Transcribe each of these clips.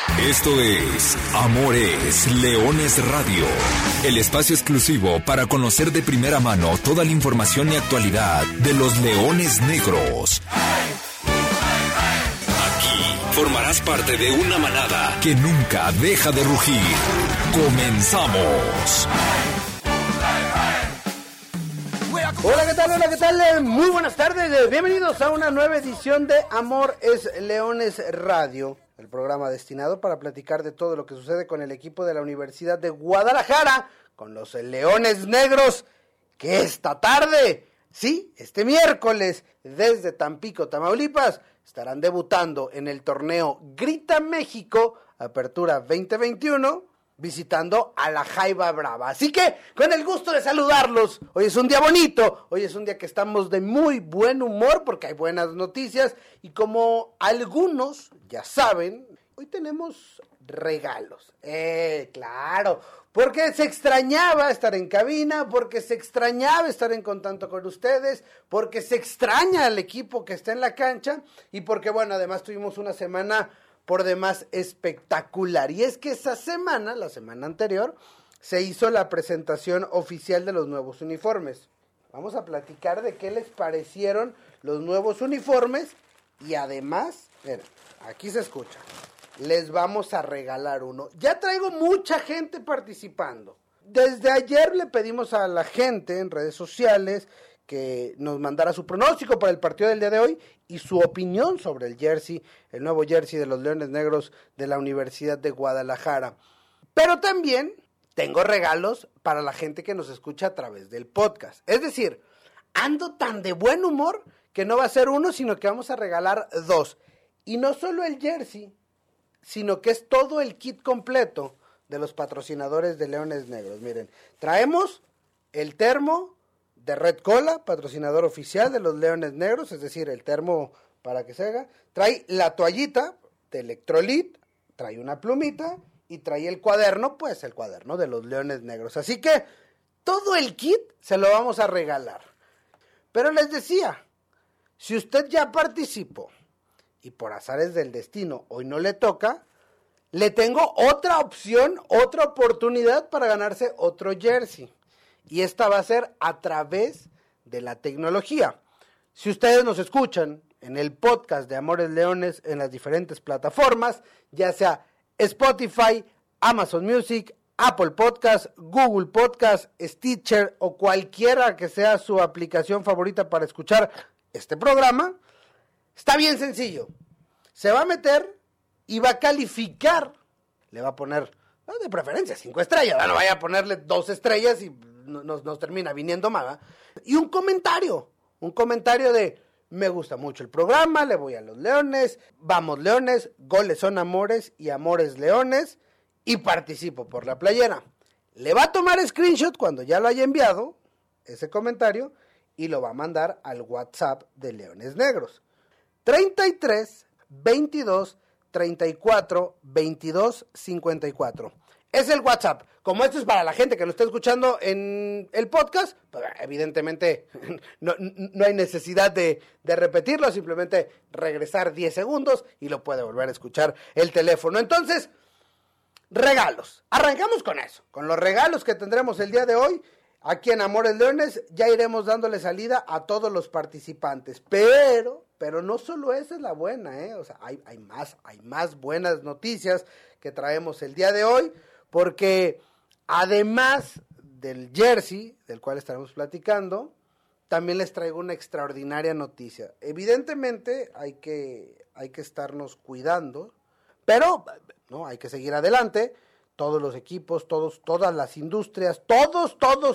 Esto es Amores Leones Radio, el espacio exclusivo para conocer de primera mano toda la información y actualidad de los Leones Negros. Aquí formarás parte de una manada que nunca deja de rugir. ¡Comenzamos! Hola, ¿qué tal? Hola, ¿qué tal? Muy buenas tardes, bienvenidos a una nueva edición de Amores Leones Radio, el programa destinado para platicar de todo lo que sucede con el equipo de la Universidad de Guadalajara, con los Leones Negros, que esta tarde, sí, este miércoles, desde Tampico, Tamaulipas, estarán debutando en el torneo Grita México, Apertura 2021, visitando a la Jaiba Brava. Así que, con el gusto de saludarlos, hoy es un día bonito, hoy es un día que estamos de muy buen humor porque hay buenas noticias y como algunos ya saben, hoy tenemos regalos. Claro, porque se extrañaba estar en cabina, porque se extrañaba estar en contacto con ustedes, porque se extraña al equipo que está en la cancha y porque, bueno, además tuvimos una semana por demás espectacular. Y es que esa semana, la semana anterior, se hizo la presentación oficial de los nuevos uniformes. Vamos a platicar de qué les parecieron los nuevos uniformes y además, miren, aquí se escucha, les vamos a regalar uno. Ya traigo mucha gente participando. Desde ayer le pedimos a la gente en redes sociales que nos mandara su pronóstico para el partido del día de hoy y su opinión sobre el jersey, el nuevo jersey de los Leones Negros de la Universidad de Guadalajara. Pero también tengo regalos para la gente que nos escucha a través del podcast. Es decir, ando tan de buen humor que no va a ser uno, sino que vamos a regalar dos. Y no solo el jersey, sino que es todo el kit completo de los patrocinadores de Leones Negros. Miren, traemos el termo de Red Cola, patrocinador oficial de los Leones Negros, es decir, el termo para que se haga. Trae la toallita de Electrolit, trae una plumita y trae el cuaderno, pues el cuaderno de los Leones Negros. Así que todo el kit se lo vamos a regalar. Pero les decía, si usted ya participó y por azares del destino hoy no le toca, le tengo otra opción, otra oportunidad para ganarse otro jersey. Y esta va a ser a través de la tecnología. Si ustedes nos escuchan en el podcast de Amores Leones en las diferentes plataformas, ya sea Spotify, Amazon Music, Apple Podcast, Google Podcast, Stitcher o cualquiera que sea su aplicación favorita para escuchar este programa, está bien sencillo. Se va a meter y va a calificar, le va a poner, de preferencia 5 estrellas, no vaya a ponerle 2 estrellas y nos termina viniendo mal, ¿eh? Y un comentario de me gusta mucho el programa, le voy a los Leones, vamos Leones, goles son amores y amores Leones, y participo por la playera. Le va a tomar screenshot cuando ya lo haya enviado, ese comentario, y lo va a mandar al WhatsApp de Leones Negros. 33 22 34 22 54. Es el WhatsApp. Como esto es para la gente que lo está escuchando en el podcast, pues evidentemente no hay necesidad de repetirlo, simplemente regresar 10 segundos y lo puede volver a escuchar el teléfono. Entonces, regalos. Arrancamos con eso, con los regalos que tendremos el día de hoy. Aquí en Amores Leones ya iremos dándole salida a todos los participantes, pero no solo esa es la buena, o sea, hay más buenas noticias que traemos el día de hoy, porque además del jersey, del cual estaremos platicando, también les traigo una extraordinaria noticia. Evidentemente hay que estarnos cuidando, pero no hay que seguir adelante. Todos los equipos, todas las industrias, todos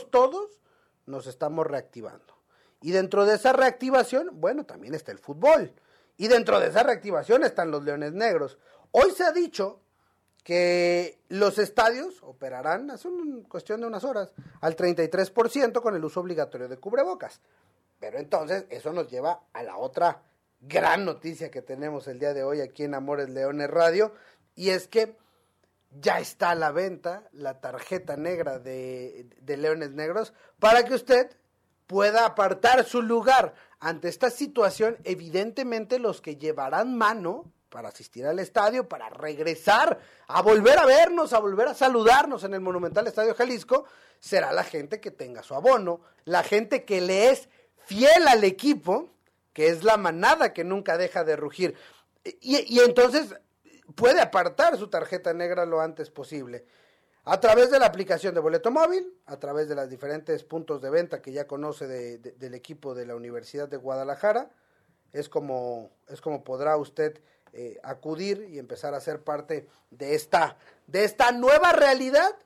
nos estamos reactivando. Y dentro de esa reactivación, bueno, también está el fútbol. Y dentro de esa reactivación están los Leones Negros. Hoy se ha dicho que los estadios operarán, hace una cuestión de unas horas, al 33% con el uso obligatorio de cubrebocas. Pero entonces eso nos lleva a la otra gran noticia que tenemos el día de hoy aquí en Amores Leones Radio, y es que ya está a la venta la tarjeta negra de Leones Negros para que usted pueda apartar su lugar ante esta situación. Evidentemente los que llevarán mano para asistir al estadio, para regresar, a volver a vernos, a volver a saludarnos en el Monumental Estadio Jalisco, será la gente que tenga su abono, la gente que le es fiel al equipo, que es la manada que nunca deja de rugir. Y entonces puede apartar su tarjeta negra lo antes posible. A través de la aplicación de boleto móvil, a través de los diferentes puntos de venta que ya conoce del equipo de la Universidad de Guadalajara, es como podrá usted acudir y empezar a ser parte de esta nueva realidad.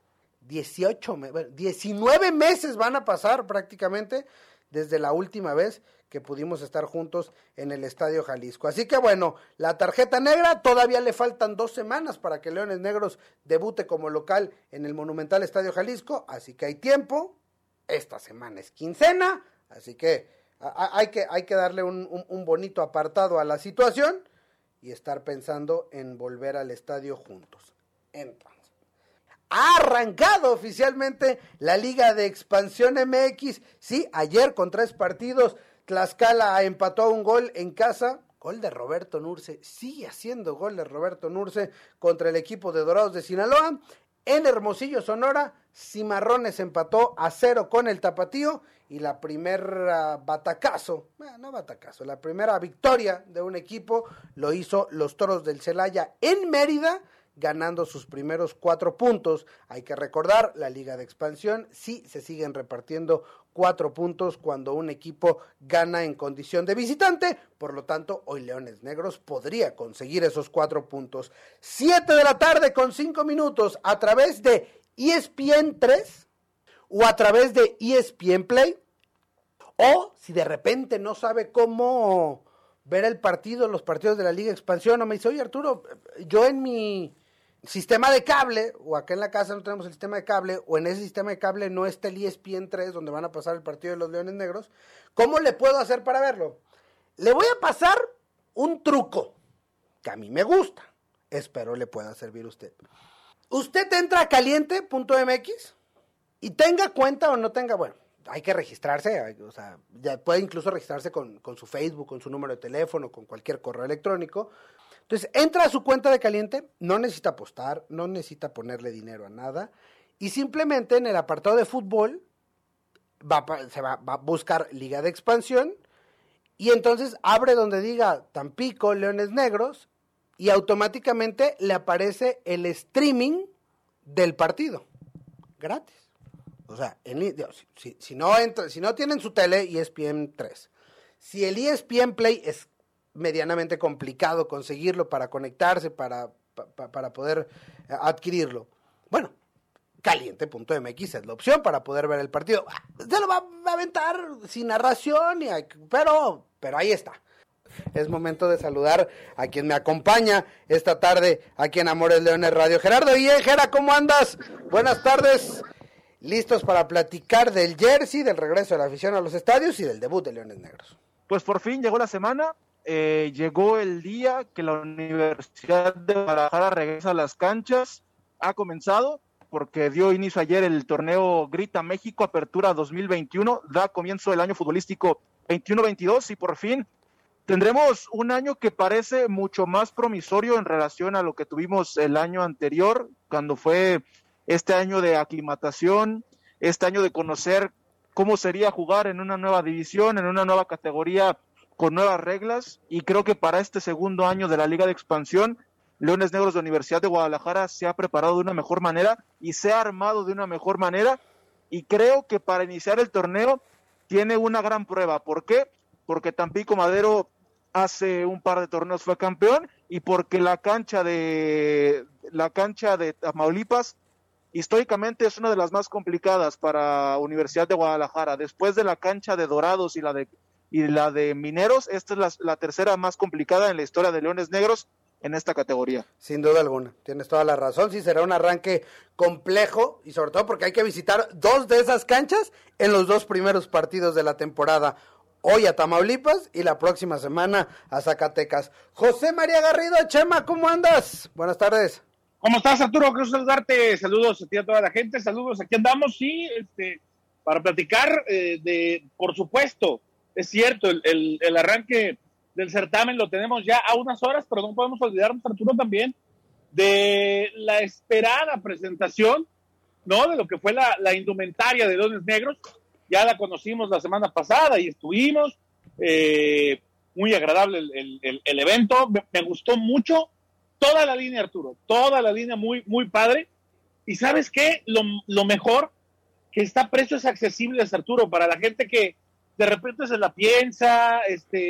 19 meses van a pasar prácticamente desde la última vez que pudimos estar juntos en el Estadio Jalisco. Así que bueno, la tarjeta negra, todavía le faltan 2 semanas para que Leones Negros debute como local en el Monumental Estadio Jalisco, así que hay tiempo. Esta semana es quincena, así que hay que darle un bonito apartado a la situación y estar pensando en volver al estadio juntos. Entonces, ha arrancado oficialmente la Liga de Expansión MX. Sí, ayer con 3 partidos, Tlaxcala empató 1 gol en casa. Gol de Roberto Nurce, sigue haciendo gol de Roberto Nurce contra el equipo de Dorados de Sinaloa. En Hermosillo, Sonora, Cimarrones empató 0 con el Tapatío. Y la primera la primera victoria de un equipo lo hizo los Toros del Celaya en Mérida, ganando sus primeros 4 puntos. Hay que recordar, la Liga de Expansión sí se siguen repartiendo 4 puntos cuando un equipo gana en condición de visitante, por lo tanto, hoy Leones Negros podría conseguir esos 4 puntos. 7 de la tarde con 5 minutos a través de ESPN 3 o a través de ESPN Play, o si de repente no sabe cómo ver los partidos de la Liga de Expansión, o me dice, oye Arturo, yo en mi sistema de cable, o acá en la casa no tenemos el sistema de cable, o en ese sistema de cable no está el ESPN 3, donde van a pasar el partido de los Leones Negros, ¿cómo le puedo hacer para verlo? Le voy a pasar un truco, que a mí me gusta, espero le pueda servir a usted. Usted entra a caliente.mx y tenga cuenta o no tenga, bueno, hay que registrarse, o sea, ya puede incluso registrarse con su Facebook, con su número de teléfono, con cualquier correo electrónico. Entonces, entra a su cuenta de Caliente, no necesita apostar, no necesita ponerle dinero a nada, y simplemente en el apartado de fútbol va a buscar Liga de Expansión, y entonces abre donde diga Tampico, Leones Negros, y automáticamente le aparece el streaming del partido, gratis. O sea, si no tienen su tele, ESPN 3. Si el ESPN Play es medianamente complicado conseguirlo para conectarse, para poder adquirirlo, bueno, caliente.mx es la opción para poder ver el partido. Se lo va a aventar sin narración, pero ahí está. Es momento de saludar a quien me acompaña esta tarde aquí en Amores Leones Radio. Gerardo Guillén, Gera, ¿cómo andas? Buenas tardes. Listos para platicar del jersey, del regreso de la afición a los estadios y del debut de Leones Negros. Pues por fin llegó la semana, llegó el día que la Universidad de Guadalajara regresa a las canchas. Ha comenzado porque dio inicio ayer el torneo Grita México Apertura 2021, da comienzo el año futbolístico 21-22 y por fin tendremos un año que parece mucho más promisorio en relación a lo que tuvimos el año anterior, cuando fue este año de aclimatación, este año de conocer cómo sería jugar en una nueva división, en una nueva categoría con nuevas reglas, y creo que para este segundo año de la Liga de Expansión, Leones Negros de Universidad de Guadalajara se ha preparado de una mejor manera y se ha armado de una mejor manera, y creo que para iniciar el torneo tiene una gran prueba. ¿Por qué? Porque Tampico Madero hace un par de torneos fue campeón, y porque la cancha de Tamaulipas históricamente es una de las más complicadas para Universidad de Guadalajara. Después de la cancha de Dorados y la de Mineros, esta es la tercera más complicada en la historia de Leones Negros en esta categoría. Sin duda alguna, tienes toda la razón, sí será un arranque complejo, y sobre todo porque hay que visitar 2 de esas canchas en los 2 primeros partidos de la temporada. Hoy a Tamaulipas y la próxima semana a Zacatecas. José María Garrido, Chema, ¿cómo andas? Buenas tardes. ¿Cómo estás, Arturo? Quiero saludarte, saludos a ti, a toda la gente, saludos, aquí andamos, sí, para platicar por supuesto, es cierto, el arranque del certamen lo tenemos ya a unas horas, pero no podemos olvidarnos, Arturo, también de la esperada presentación, ¿no? De lo que fue la indumentaria de Leones Negros. Ya la conocimos la semana pasada y estuvimos. Muy agradable el evento. Me gustó mucho toda la línea, Arturo. Toda la línea muy, muy padre. Y ¿sabes qué? Lo mejor, que está a precios accesibles, Arturo, para la gente que de repente se la piensa,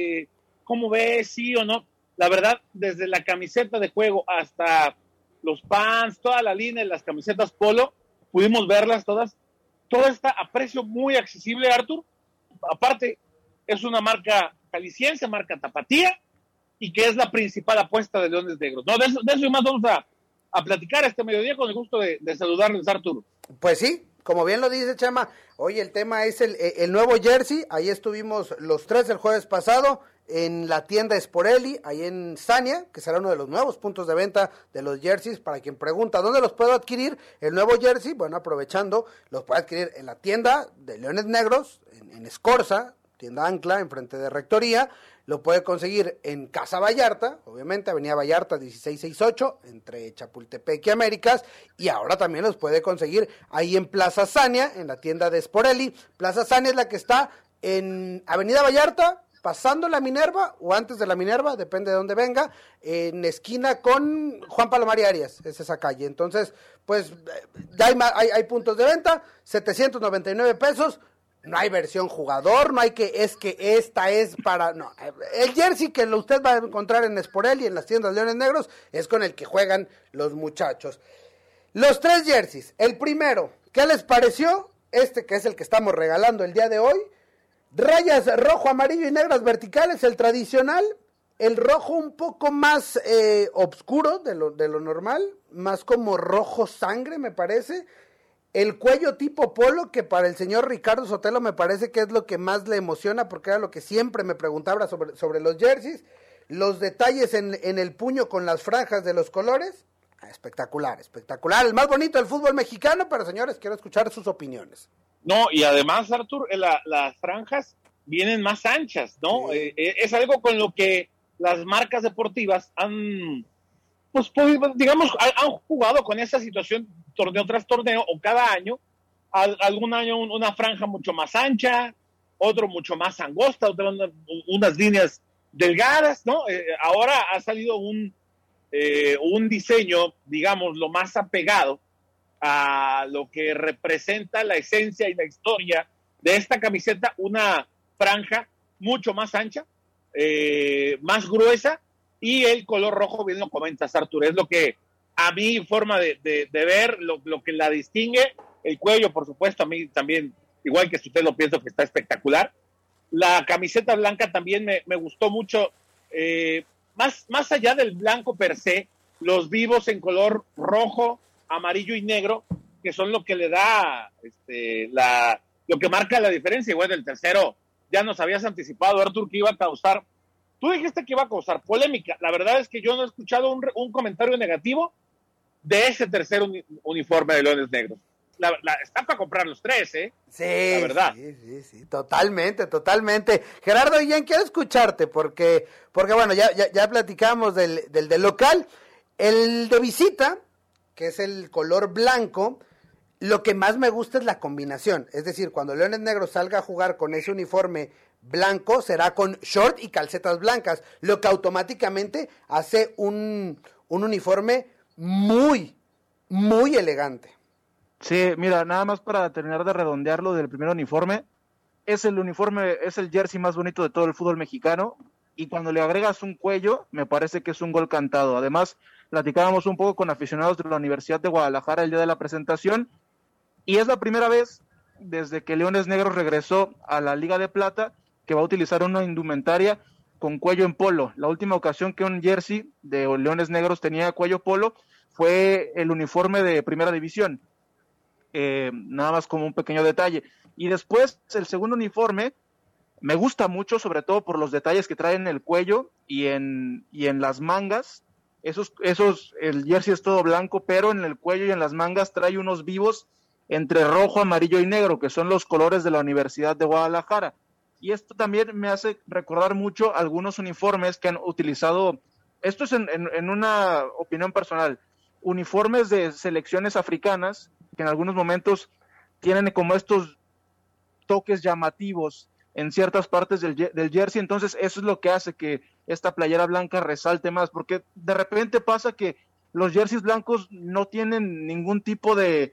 ¿cómo ves? Sí o no. La verdad, desde la camiseta de juego hasta los pants, toda la línea de las camisetas polo, pudimos verlas todas. Todo está a precio muy accesible, Artur. Aparte, es una marca jalisciense, marca tapatía, y que es la principal apuesta de Leones Negros. No, de eso y más vamos a platicar este mediodía, con el gusto de saludarles, Arturo. Pues sí, como bien lo dice Chema, hoy el tema es el nuevo jersey. Ahí estuvimos los tres el jueves pasado en la tienda Sporelli, ahí en Sania, que será uno de los nuevos puntos de venta de los jerseys. Para quien pregunta, ¿dónde los puedo adquirir? El nuevo jersey, bueno, aprovechando, los puede adquirir en la tienda de Leones Negros, en Escorza, tienda Ancla, enfrente de Rectoría. Lo puede conseguir en Casa Vallarta, obviamente, Avenida Vallarta 1668, entre Chapultepec y Américas, y ahora también los puede conseguir ahí en Plaza Sania, en la tienda de Sporelli. Plaza Sania es la que está en Avenida Vallarta, pasando la Minerva, o antes de la Minerva, depende de dónde venga, en esquina con Juan Palomar y Arias, es esa calle. Entonces, pues, ya hay puntos de venta, 799 pesos, no hay versión jugador, no hay es que esta es para, no, el jersey que usted va a encontrar en Sporelli, en las tiendas Leones Negros, es con el que juegan los muchachos. Los tres jerseys, el primero, ¿qué les pareció? Que es el que estamos regalando el día de hoy. Rayas rojo, amarillo y negras verticales, el tradicional, el rojo un poco más oscuro de lo normal, más como rojo sangre me parece, el cuello tipo polo, que para el señor Ricardo Sotelo me parece que es lo que más le emociona, porque era lo que siempre me preguntaba sobre los jerseys, los detalles en el puño con las franjas de los colores, espectacular, el más bonito del fútbol mexicano. Pero señores, quiero escuchar sus opiniones. No, y además, Artur, las franjas vienen más anchas, ¿no? Sí. Es algo con lo que las marcas deportivas han jugado con esa situación torneo tras torneo, o cada año. Algún año una franja mucho más ancha, otro mucho más angosta, unas líneas delgadas, ¿no? Ahora ha salido un diseño, digamos, lo más apegado a lo que representa la esencia y la historia de esta camiseta, una franja mucho más ancha, más gruesa, y el color rojo, bien lo comentas, Arturo, es lo que a mi forma de ver, lo que la distingue. El cuello, por supuesto, a mí también, igual que si usted lo pienso, que está espectacular. La camiseta blanca también me gustó mucho, más allá del blanco per se, los vivos en color rojo, amarillo y negro, que son lo que le da lo que marca la diferencia. Y bueno, el tercero, ya nos habías anticipado, Artur, que iba a causar, tú dijiste que iba a causar polémica. La verdad es que yo no he escuchado un comentario negativo de ese tercer uniforme de Leones Negros. Está para comprar los tres, ¿eh? Sí, la verdad. Sí, totalmente. Gerardo Guillén, quiero escucharte, porque bueno, ya platicamos del local. El de visita, que es el color blanco, lo que más me gusta es la combinación. Es decir, cuando Leones Negros salga a jugar con ese uniforme blanco, será con short y calcetas blancas, lo que automáticamente hace un uniforme muy, muy elegante. Sí, mira, nada más para terminar de redondearlo del primer uniforme, es el jersey más bonito de todo el fútbol mexicano, y cuando le agregas un cuello, me parece que es un gol cantado. Además, platicábamos un poco con aficionados de la Universidad de Guadalajara el día de la presentación, y es la primera vez desde que Leones Negros regresó a la Liga de Plata que va a utilizar una indumentaria con cuello en polo. La última ocasión que un jersey de Leones Negros tenía cuello polo fue el uniforme de Primera División. Nada más como un pequeño detalle. Y después, el segundo uniforme me gusta mucho, sobre todo por los detalles que trae en el cuello y en las mangas. El jersey es todo blanco, pero en el cuello y en las mangas trae unos vivos entre rojo, amarillo y negro, que son los colores de la Universidad de Guadalajara. y esto también me hace recordar mucho algunos uniformes que han utilizado, esto es en una opinión personal, uniformes de selecciones africanas que en algunos momentos tienen como estos toques llamativos en ciertas partes del jersey, entonces eso es lo que hace que esta playera blanca resalte más, porque de repente pasa que los jerseys blancos no tienen ningún tipo de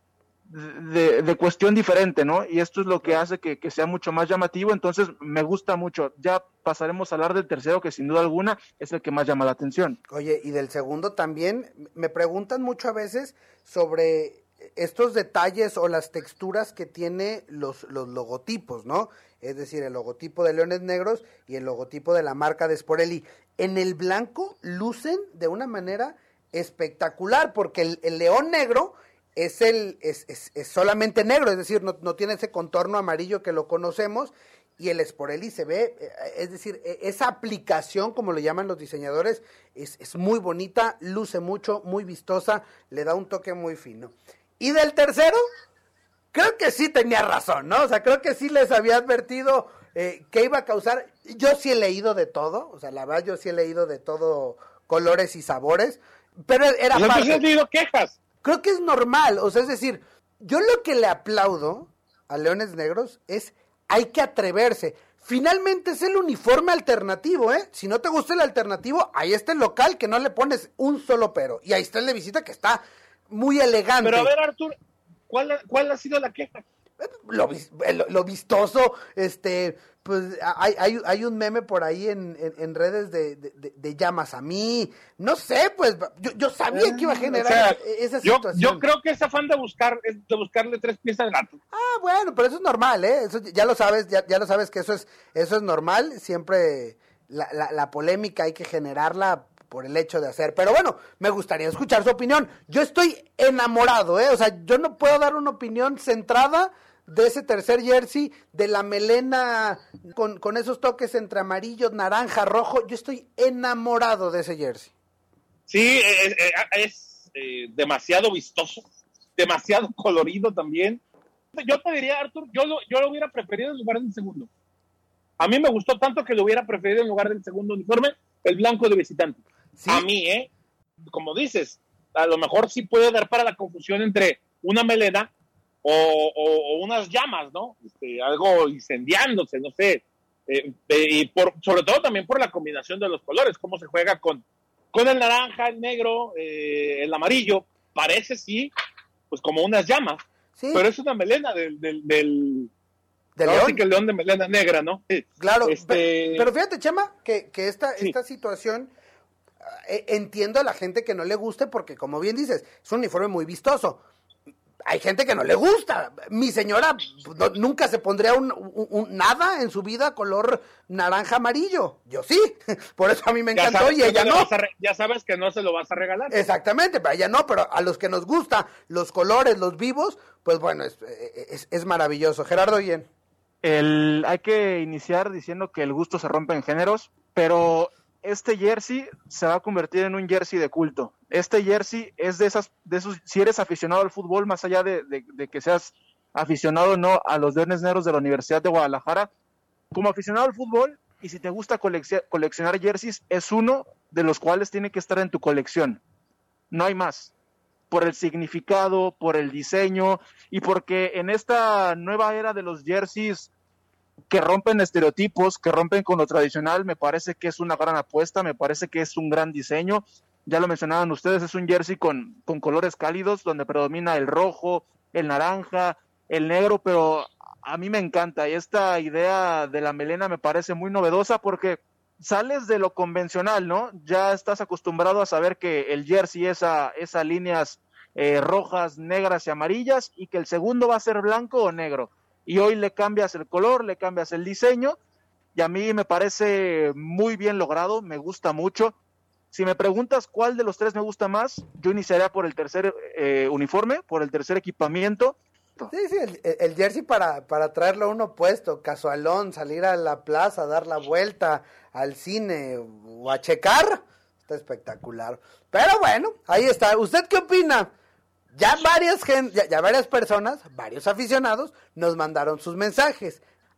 cuestión diferente, ¿no? Y esto es lo que hace que sea mucho más llamativo, entonces me gusta mucho. Ya pasaremos a hablar del tercero, que sin duda alguna es el que más llama la atención. Oye, y del segundo también, me preguntan mucho a veces sobre estos detalles o las texturas que tiene los logotipos, ¿no? Es decir, el logotipo de Leones Negros y el logotipo de la marca de Sporelli. En el blanco lucen de una manera espectacular, porque el león negro es solamente negro, es decir, no tiene ese contorno amarillo que lo conocemos, y el Sporelli se ve, es decir, esa aplicación, como le llaman los diseñadores, es muy bonita, luce mucho, muy vistosa, le da un toque muy fino. Y del tercero, creo que sí tenía razón, ¿no? O sea, creo que sí les había advertido que iba a causar, yo sí he leído de todo, o sea, la verdad yo sí he leído de todo, colores y sabores, pero era parte. ¿No has leído quejas? Creo que es normal, o sea, es decir, yo lo que le aplaudo a Leones Negros es, hay que atreverse. Finalmente es el uniforme alternativo, ¿eh? Si no te gusta el alternativo, ahí está el local que no le pones un solo pero. Y ahí está el de visita que está muy elegante. Pero a ver, Artur, ¿cuál ha sido la queja? Lo vistoso, pues hay un meme por ahí en redes de llamas a mí, no sé, pues yo sabía que iba a generar esa situación. Yo creo que es afán de buscarle tres pies al gato. Ah, bueno, pero eso es normal, eso ya lo sabes, ya lo sabes que eso es normal, siempre la polémica hay que generarla por el hecho de hacer, pero bueno, me gustaría escuchar su opinión. Yo estoy enamorado, o sea, yo no puedo dar una opinión centrada de ese tercer jersey, de la melena con esos toques entre amarillo, naranja, rojo. Yo estoy enamorado de ese jersey. Sí, es demasiado vistoso, demasiado colorido también. Yo te diría, Artur, yo lo hubiera preferido en lugar del segundo. A mí me gustó tanto que lo hubiera preferido en lugar del segundo uniforme, el blanco de visitante. ¿Sí? A mí, como dices, a lo mejor sí puede dar para la confusión entre una melena o unas llamas, ¿no? Algo incendiándose, no sé. Y sobre todo también por la combinación de los colores, cómo se juega con el naranja, el negro, el amarillo. Parece, sí, pues como unas llamas. Sí. Pero es una melena del león. Sí, que el león de melena negra, ¿no? Claro, pero fíjate, Chema, que esta situación, entiendo a la gente que no le guste, porque como bien dices, es un uniforme muy vistoso. Hay gente que no le gusta. Mi señora nunca se pondría nada en su vida color naranja amarillo. Yo sí, por eso a mí me encantó y ella no. Ya sabes que no se lo vas a regalar. Exactamente, pero ella no, pero a los que nos gusta los colores, los vivos, pues bueno, es maravilloso. Gerardo Guillén. Hay que iniciar diciendo que el gusto se rompe en géneros, pero este jersey se va a convertir en un jersey de culto. Este jersey es de esos, si eres aficionado al fútbol, más allá de que seas aficionado o no a los Leones Negros de la Universidad de Guadalajara, como aficionado al fútbol, y si te gusta coleccionar jerseys, es uno de los cuales tiene que estar en tu colección. No hay más. Por el significado, por el diseño, y porque en esta nueva era de los jerseys que rompen estereotipos, que rompen con lo tradicional, me parece que es una gran apuesta, me parece que es un gran diseño. Ya lo mencionaban ustedes, es un jersey con colores cálidos, donde predomina el rojo, el naranja, el negro, pero a mí me encanta, y esta idea de la melena me parece muy novedosa, porque sales de lo convencional, ¿no? Ya estás acostumbrado a saber que el jersey es a líneas rojas, negras y amarillas, y que el segundo va a ser blanco o negro. Y hoy le cambias el color, le cambias el diseño, y a mí me parece muy bien logrado, me gusta mucho. Si me preguntas cuál de los tres me gusta más, yo iniciaría por el tercer uniforme, por el tercer equipamiento. Sí, el jersey para traerlo uno puesto, casualón, salir a la plaza, dar la vuelta al cine o a checar, está espectacular. Pero bueno, ahí está. ¿Usted qué opina? Ya varias personas, varios aficionados, nos mandaron sus mensajes.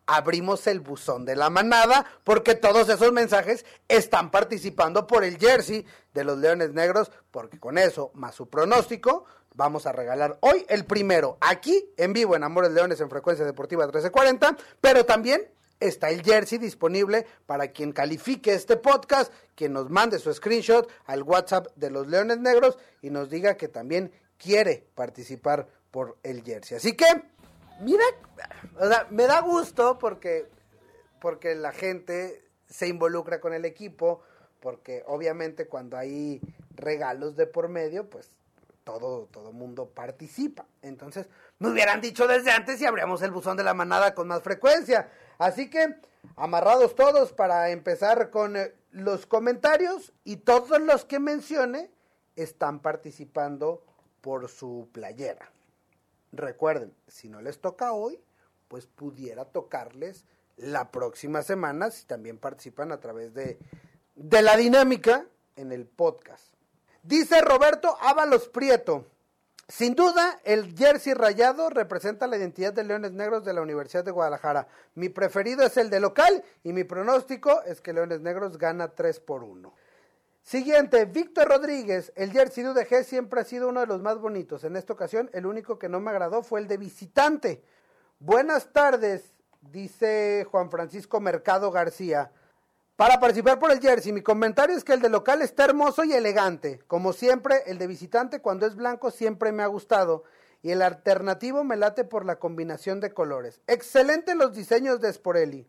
abrimos el buzón de la manada, porque todos esos mensajes están participando por el jersey de los Leones Negros, porque con eso, más su pronóstico, vamos a regalar hoy el primero, aquí en vivo en Amores Leones en Frecuencia Deportiva 1340, pero también está el jersey disponible para quien califique este podcast, quien nos mande su screenshot al WhatsApp de los Leones Negros y nos diga que también quiere participar por el jersey. Así que, mira, o sea, me da gusto porque la gente se involucra con el equipo, porque obviamente cuando hay regalos de por medio, pues todo mundo participa. Entonces, me hubieran dicho desde antes y abríamos el buzón de la manada con más frecuencia. Así que, amarrados todos para empezar con los comentarios, y todos los que mencione están participando por su playera. Recuerden, si no les toca hoy, pues pudiera tocarles la próxima semana, si también participan a través de la dinámica en el podcast. Dice Roberto Ábalos Prieto: sin duda, el jersey rayado representa la identidad de Leones Negros de la Universidad de Guadalajara. Mi preferido es el de local y mi pronóstico es que Leones Negros gana 3-1. Siguiente, Víctor Rodríguez: el jersey de UDG siempre ha sido uno de los más bonitos. En esta ocasión, el único que no me agradó fue el de visitante. Buenas tardes, dice Juan Francisco Mercado García. Para participar por el jersey, mi comentario es que el de local está hermoso y elegante. Como siempre, el de visitante cuando es blanco siempre me ha gustado. Y el alternativo me late por la combinación de colores. Excelente los diseños de Sporelli.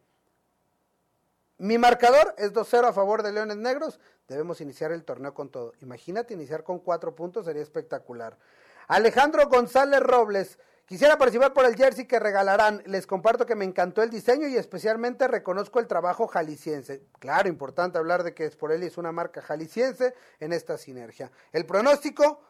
Mi marcador es 2-0 a favor de Leones Negros. Debemos iniciar el torneo con todo. Imagínate iniciar con 4 puntos, sería espectacular. Alejandro González Robles: quisiera participar por el jersey que regalarán. Les comparto que me encantó el diseño y especialmente reconozco el trabajo jalisciense. Claro, importante hablar de que Sporelli es una marca jalisciense en esta sinergia. El pronóstico: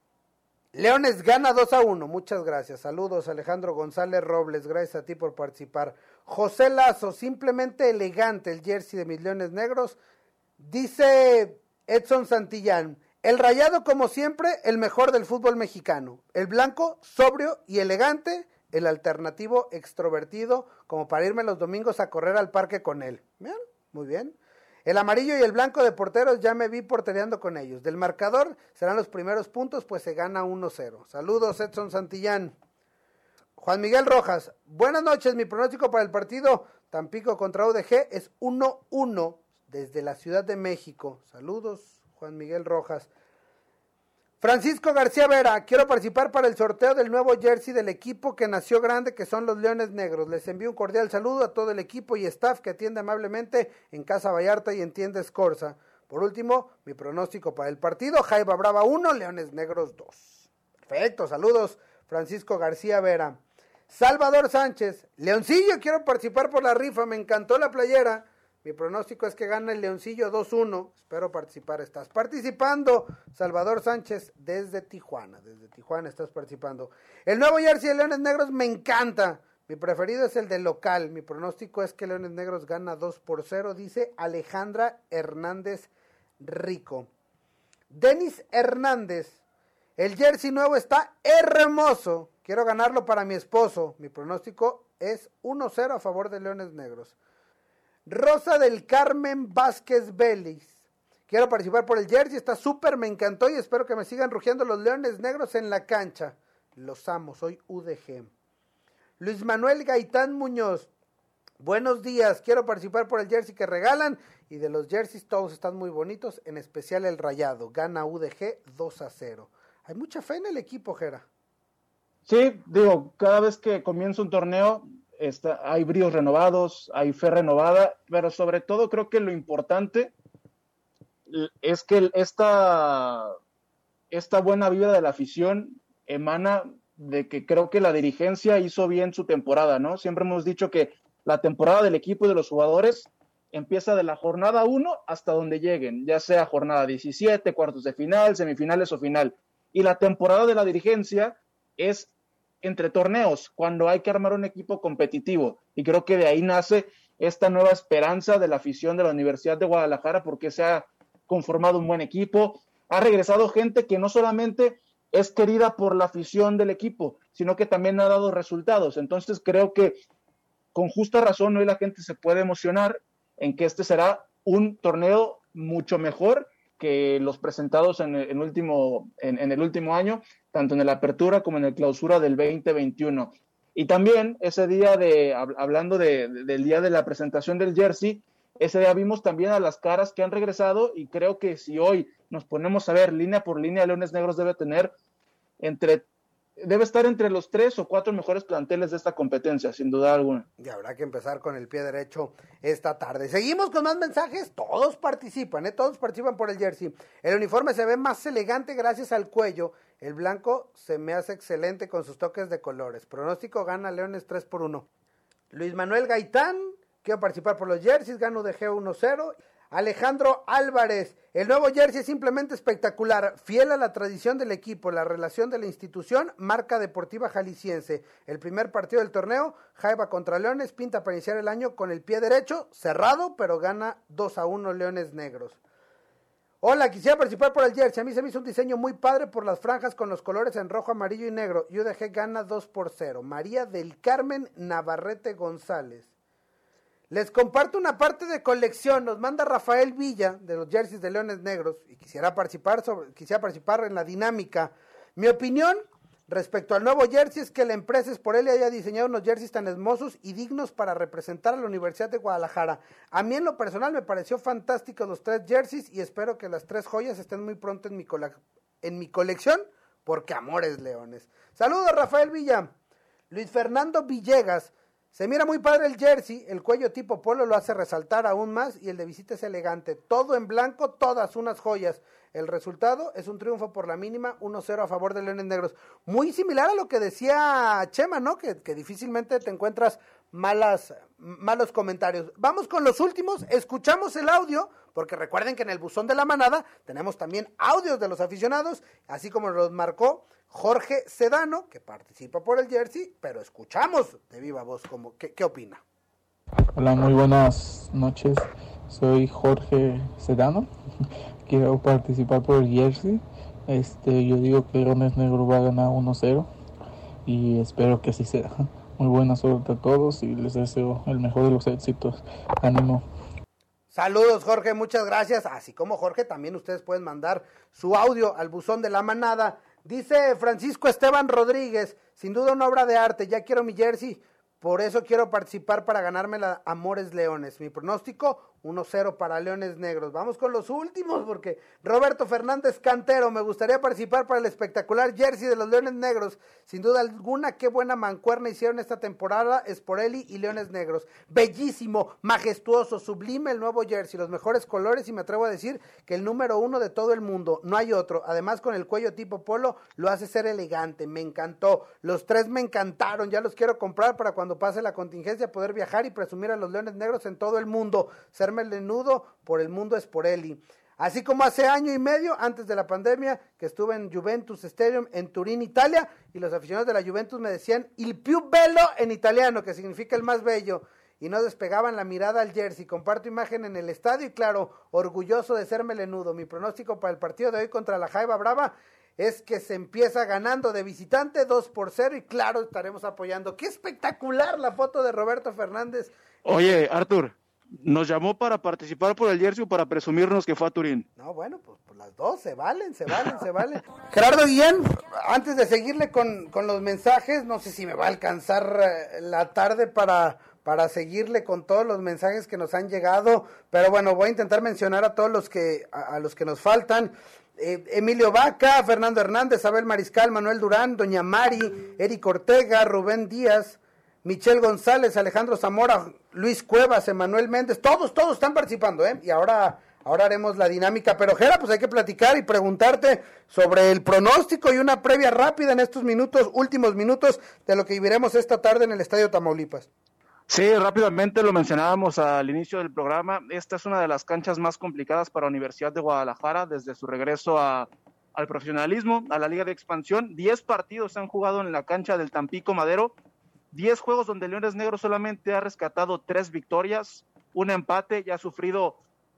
Leones gana 2-1. Muchas gracias. Saludos, Alejandro González Robles. Gracias a ti por participar. José Lazo: simplemente elegante el jersey de mis Leones Negros. Dice Edson Santillán: el rayado, como siempre, el mejor del fútbol mexicano. El blanco, sobrio y elegante. El alternativo, extrovertido, como para irme los domingos a correr al parque con él. Bien, muy bien. El amarillo y el blanco de porteros, ya me vi portereando con ellos. Del marcador serán los primeros puntos, pues se gana 1-0. Saludos, Edson Santillán. Juan Miguel Rojas: buenas noches, mi pronóstico para el partido Tampico contra UDG es 1-1 desde la Ciudad de México. Saludos, Juan Miguel Rojas. Francisco García Vera: quiero participar para el sorteo del nuevo jersey del equipo que nació grande, que son los Leones Negros. Les envío un cordial saludo a todo el equipo y staff que atiende amablemente en Casa Vallarta y en Tienda Escorza. Por último, mi pronóstico para el partido: Jaiba Brava 1, Leones Negros 2. Perfecto, saludos, Francisco García Vera. Salvador Sánchez: Leoncillo, quiero participar por la rifa, me encantó la playera. Mi pronóstico es que gana el Leoncillo 2-1. Espero participar. Estás participando, Salvador Sánchez, desde Tijuana. Desde Tijuana estás participando. El nuevo jersey de Leones Negros me encanta. Mi preferido es el de local. Mi pronóstico es que Leones Negros gana 2-0, dice Alejandra Hernández Rico. Denis Hernández: el jersey nuevo está hermoso. Quiero ganarlo para mi esposo. Mi pronóstico es 1-0 a favor de Leones Negros. Rosa del Carmen Vázquez Vélez: quiero participar por el jersey, está súper, me encantó y espero que me sigan rugiendo los Leones Negros en la cancha. Los amo, soy UDG. Luis Manuel Gaitán Muñoz: buenos días, quiero participar por el jersey que regalan, y de los jerseys todos están muy bonitos, en especial el rayado. Gana UDG 2-0. Hay mucha fe en el equipo, Jera. Sí, digo, cada vez que comienza un torneo hay bríos renovados, hay fe renovada, pero sobre todo creo que lo importante es que esta buena vibra de la afición emana de que creo que la dirigencia hizo bien su temporada, ¿no? Siempre hemos dicho que la temporada del equipo y de los jugadores empieza de la jornada 1 hasta donde lleguen, ya sea jornada 17, cuartos de final, semifinales o final. Y la temporada de la dirigencia es entre torneos, cuando hay que armar un equipo competitivo, y creo que de ahí nace esta nueva esperanza de la afición de la Universidad de Guadalajara, porque se ha conformado un buen equipo, ha regresado gente que no solamente es querida por la afición del equipo, sino que también ha dado resultados. Entonces creo que con justa razón hoy la gente se puede emocionar en que este será un torneo mucho mejor que los presentados en el último año, tanto en la apertura como en el clausura del 2021. Y también ese día hablando del día de la presentación del jersey, ese día vimos también a las caras que han regresado, y creo que si hoy nos ponemos a ver línea por línea, Leones Negros debe estar entre los 3 o 4 mejores planteles de esta competencia, sin duda alguna. Y habrá que empezar con el pie derecho esta tarde. Seguimos con más mensajes, todos participan, todos participan por el jersey. El uniforme se ve más elegante gracias al cuello, el blanco se me hace excelente con sus toques de colores. Pronóstico, gana Leones 3-1. Luis Manuel Gaitán, quiero participar por los jerseys, gano de G 1-0. Alejandro Álvarez, el nuevo jersey es simplemente espectacular, fiel a la tradición del equipo, la relación de la institución, marca deportiva jalisciense. El primer partido del torneo, Jaiba contra Leones, pinta para iniciar el año con el pie derecho, cerrado, pero gana 2-1 Leones Negros. Hola, quisiera participar por el jersey, a mí se me hizo un diseño muy padre por las franjas con los colores en rojo, amarillo y negro. UDG gana 2-0. María del Carmen Navarrete González. Les comparto una parte de colección, nos manda Rafael Villa de los jerseys de Leones Negros y quisiera participar en la dinámica. Mi opinión respecto al nuevo jersey es que la empresa Sporelli haya diseñado unos jerseys tan hermosos y dignos para representar a la Universidad de Guadalajara. A mí en lo personal me pareció fantástico los 3 jerseys y espero que las 3 joyas estén muy pronto en mi colección, porque amores Leones. Saludos Rafael Villa. Luis Fernando Villegas. Se mira muy padre el jersey, el cuello tipo polo lo hace resaltar aún más y el de visita es elegante. Todo en blanco, todas unas joyas. El resultado es un triunfo por la mínima, 1-0 a favor de Leones Negros. Muy similar a lo que decía Chema, ¿no? Que difícilmente te encuentras malos comentarios. Vamos con los últimos, escuchamos el audio, porque recuerden que en el buzón de la manada tenemos también audios de los aficionados, así como los marcó Jorge Sedano, que participa por el jersey, pero escuchamos de viva voz ¿qué opina? Hola, muy buenas noches, soy Jorge Sedano, quiero participar por el jersey. Yo digo que Leones Negros va a ganar 1-0 y espero que así sea. Muy buena suerte a todos y les deseo el mejor de los éxitos. Ánimo. Saludos Jorge, muchas gracias. Así como Jorge, también ustedes pueden mandar su audio al buzón de la manada. Dice Francisco Esteban Rodríguez, sin duda una obra de arte, ya quiero mi jersey, por eso quiero participar para ganarme la Amores Leones. Mi pronóstico, 1-0 para Leones Negros. Vamos con los últimos, porque Roberto Fernández Cantero, me gustaría participar para el espectacular jersey de los Leones Negros. Sin duda alguna, qué buena mancuerna hicieron esta temporada Sporelli y Leones Negros. Bellísimo, majestuoso, sublime el nuevo jersey, los mejores colores y me atrevo a decir que el número 1 de todo el mundo, no hay otro. Además con el cuello tipo polo lo hace ser elegante, me encantó. Los 3 me encantaron, ya los quiero comprar para cuando pase la contingencia poder viajar y presumir a los Leones Negros en todo el mundo. Ser melenudo por el mundo Sporelli. Así como hace año y medio, antes de la pandemia, que estuve en Juventus Stadium en Turín, Italia, y los aficionados de la Juventus me decían il più bello en italiano, que significa el más bello, y no despegaban la mirada al jersey. Comparto imagen en el estadio y claro, orgulloso de ser melenudo. Mi pronóstico para el partido de hoy contra la Jaiba Brava es que se empieza ganando de visitante 2-0 y claro, estaremos apoyando. ¡Qué espectacular la foto de Roberto Fernández! Oye, Artur, ¿nos llamó para participar por el jersey o para presumirnos que fue a Turín? No, bueno, pues las dos se valen. Gerardo Guillén, antes de seguirle con los mensajes, no sé si me va a alcanzar la tarde para seguirle con todos los mensajes que nos han llegado, pero bueno, voy a intentar mencionar a todos los que nos faltan. Emilio Vaca, Fernando Hernández, Abel Mariscal, Manuel Durán, Doña Mari, Eric Ortega, Rubén Díaz, Michelle González, Alejandro Zamora, Luis Cuevas, Emanuel Méndez, todos están participando, y ahora haremos la dinámica, pero Gera, pues hay que platicar y preguntarte sobre el pronóstico y una previa rápida en estos últimos minutos de lo que viviremos esta tarde en el Estadio Tamaulipas. Sí, rápidamente lo mencionábamos al inicio del programa, esta es una de las canchas más complicadas para la Universidad de Guadalajara desde su regreso al profesionalismo, a la Liga de Expansión. 10 partidos se han jugado en la cancha del Tampico Madero, 10 juegos donde Leones Negros solamente ha rescatado 3 victorias, un empate y ha sufrido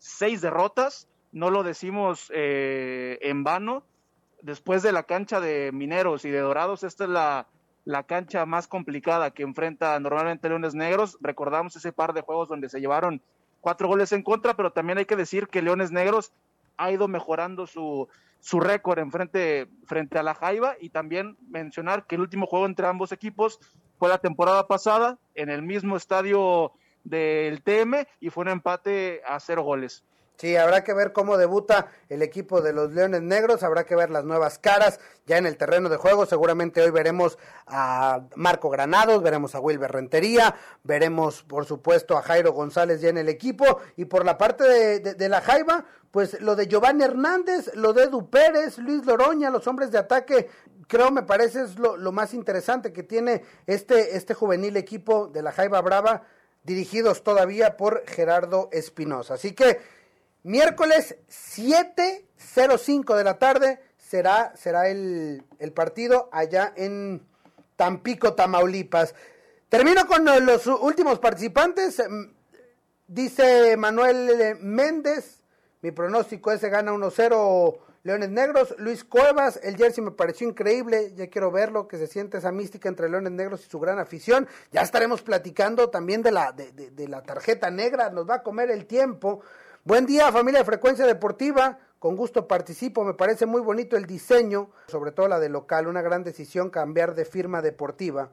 6 derrotas, no lo decimos en vano. Después de la cancha de Mineros y de Dorados, esta es la cancha más complicada que enfrenta normalmente Leones Negros. Recordamos ese par de juegos donde se llevaron 4 goles en contra, pero también hay que decir que Leones Negros ha ido mejorando su récord frente a la Jaiba, y también mencionar que el último juego entre ambos equipos fue la temporada pasada en el mismo estadio del TM y fue un empate a 0 goles. Sí, habrá que ver cómo debuta el equipo de los Leones Negros, habrá que ver las nuevas caras ya en el terreno de juego. Seguramente hoy veremos a Marco Granados, veremos a Wilber Rentería, veremos por supuesto a Jairo González ya en el equipo, y por la parte de la Jaiba, pues lo de Giovanni Hernández, lo de Edu Pérez, Luis Loroña, los hombres de ataque, creo, me parece es lo más interesante que tiene este juvenil equipo de la Jaiba Brava, dirigidos todavía por Gerardo Espinosa. Así que miércoles 7:05 de la tarde será el partido allá en Tampico, Tamaulipas. Termino con los últimos participantes. Dice Manuel Méndez, mi pronóstico es: se gana 1-0 Leones Negros. Luis Cuevas, el jersey me pareció increíble, ya quiero verlo, que se siente esa mística entre Leones Negros y su gran afición. Ya estaremos platicando también de la tarjeta negra, nos va a comer el tiempo. Buen día, familia de Frecuencia Deportiva, con gusto participo, me parece muy bonito el diseño, sobre todo la de local, una gran decisión cambiar de firma deportiva.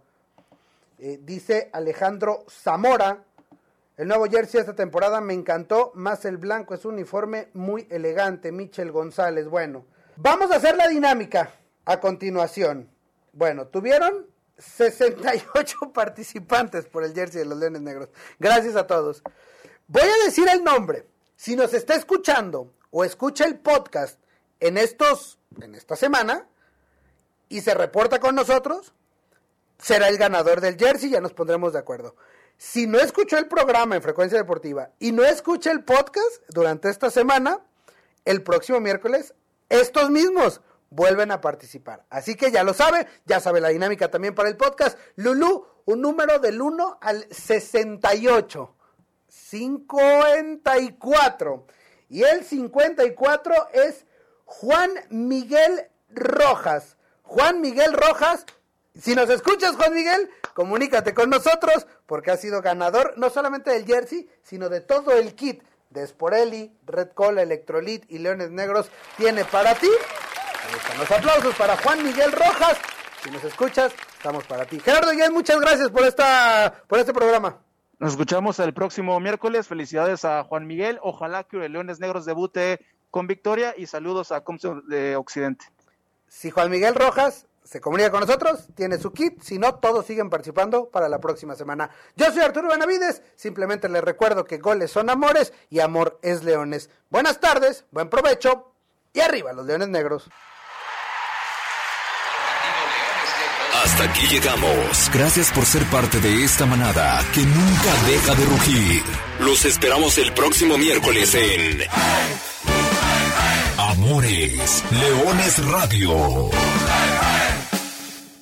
Dice Alejandro Zamora, el nuevo jersey esta temporada me encantó, más el blanco, es un uniforme muy elegante. Michel González. Bueno, vamos a hacer la dinámica a continuación. Bueno, tuvieron 68 participantes por el jersey de los Leones Negros. Gracias a todos. Voy a decir el nombre. Si nos está escuchando o escucha el podcast en esta semana y se reporta con nosotros, será el ganador del jersey, ya nos pondremos de acuerdo. Si no escuchó el programa en Frecuencia Deportiva y no escucha el podcast durante esta semana, el próximo miércoles, estos mismos vuelven a participar. Así que ya lo sabe, ya sabe la dinámica también para el podcast. Lulú, un número del 1 al 68. 54. Y el 54 es Juan Miguel Rojas. Juan Miguel Rojas, si nos escuchas, Juan Miguel, comunícate con nosotros, porque has sido ganador no solamente del jersey, sino de todo el kit de Sporelli, Red Cola, Electrolit y Leones Negros tiene para ti. Ahí están los aplausos para Juan Miguel Rojas. Si nos escuchas, estamos para ti. Gerardo Guillén, muchas gracias por este programa. Nos escuchamos el próximo miércoles. Felicidades a Juan Miguel. Ojalá que el Leones Negros debute con victoria, y saludos a Comso de Occidente. Si Juan Miguel Rojas se comunica con nosotros, tiene su kit. Si no, todos siguen participando para la próxima semana. Yo soy Arturo Benavides. Simplemente les recuerdo que goles son amores y amor es Leones. Buenas tardes, buen provecho y arriba los Leones Negros. Hasta aquí llegamos. Gracias por ser parte de esta manada que nunca deja de rugir. Los esperamos el próximo miércoles en Amores Leones Radio.